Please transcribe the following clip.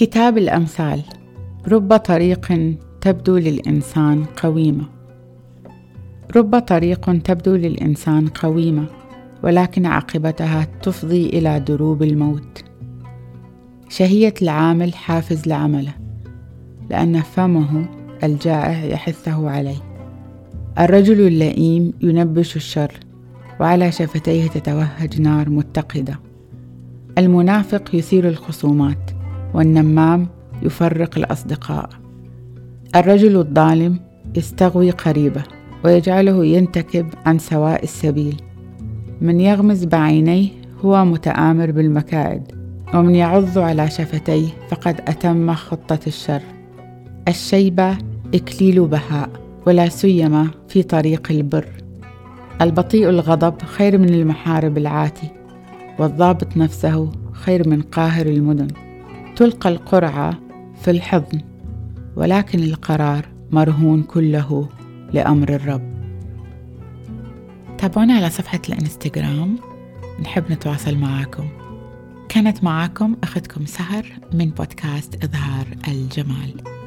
كتاب الأمثال. رب طريق تبدو للإنسان قويمة. رب طريق تبدو للإنسان قويمة، ولكن عاقبتها تفضي إلى دروب الموت. شهية العامل حافز لعمله، لأن فمه الجائع يحثه عليه. الرجل اللئيم ينبش الشر، وعلى شفتيه تتوهج نار متقدة. المنافق يثير الخصومات، والنمام يفرق الأصدقاء. الرجل الظالم يستغوي قريبه، ويجعله ينتكب عن سواء السبيل. من يغمز بعينيه هو متآمر بالمكائد، ومن يعض على شفتيه فقد أتم خطة الشر. الشيبة إكليل بهاء، ولا سيما في طريق البر. البطيء الغضب خير من المحارب العاتي، والضابط نفسه خير من قاهر المدن. تلقى القرعة في الحضن، ولكن القرار مرهون كله لأمر الرب. تابعونا على صفحة الانستغرام، نحب نتواصل معاكم. كانت معاكم أختكم سهر من بودكاست إظهار الجمال.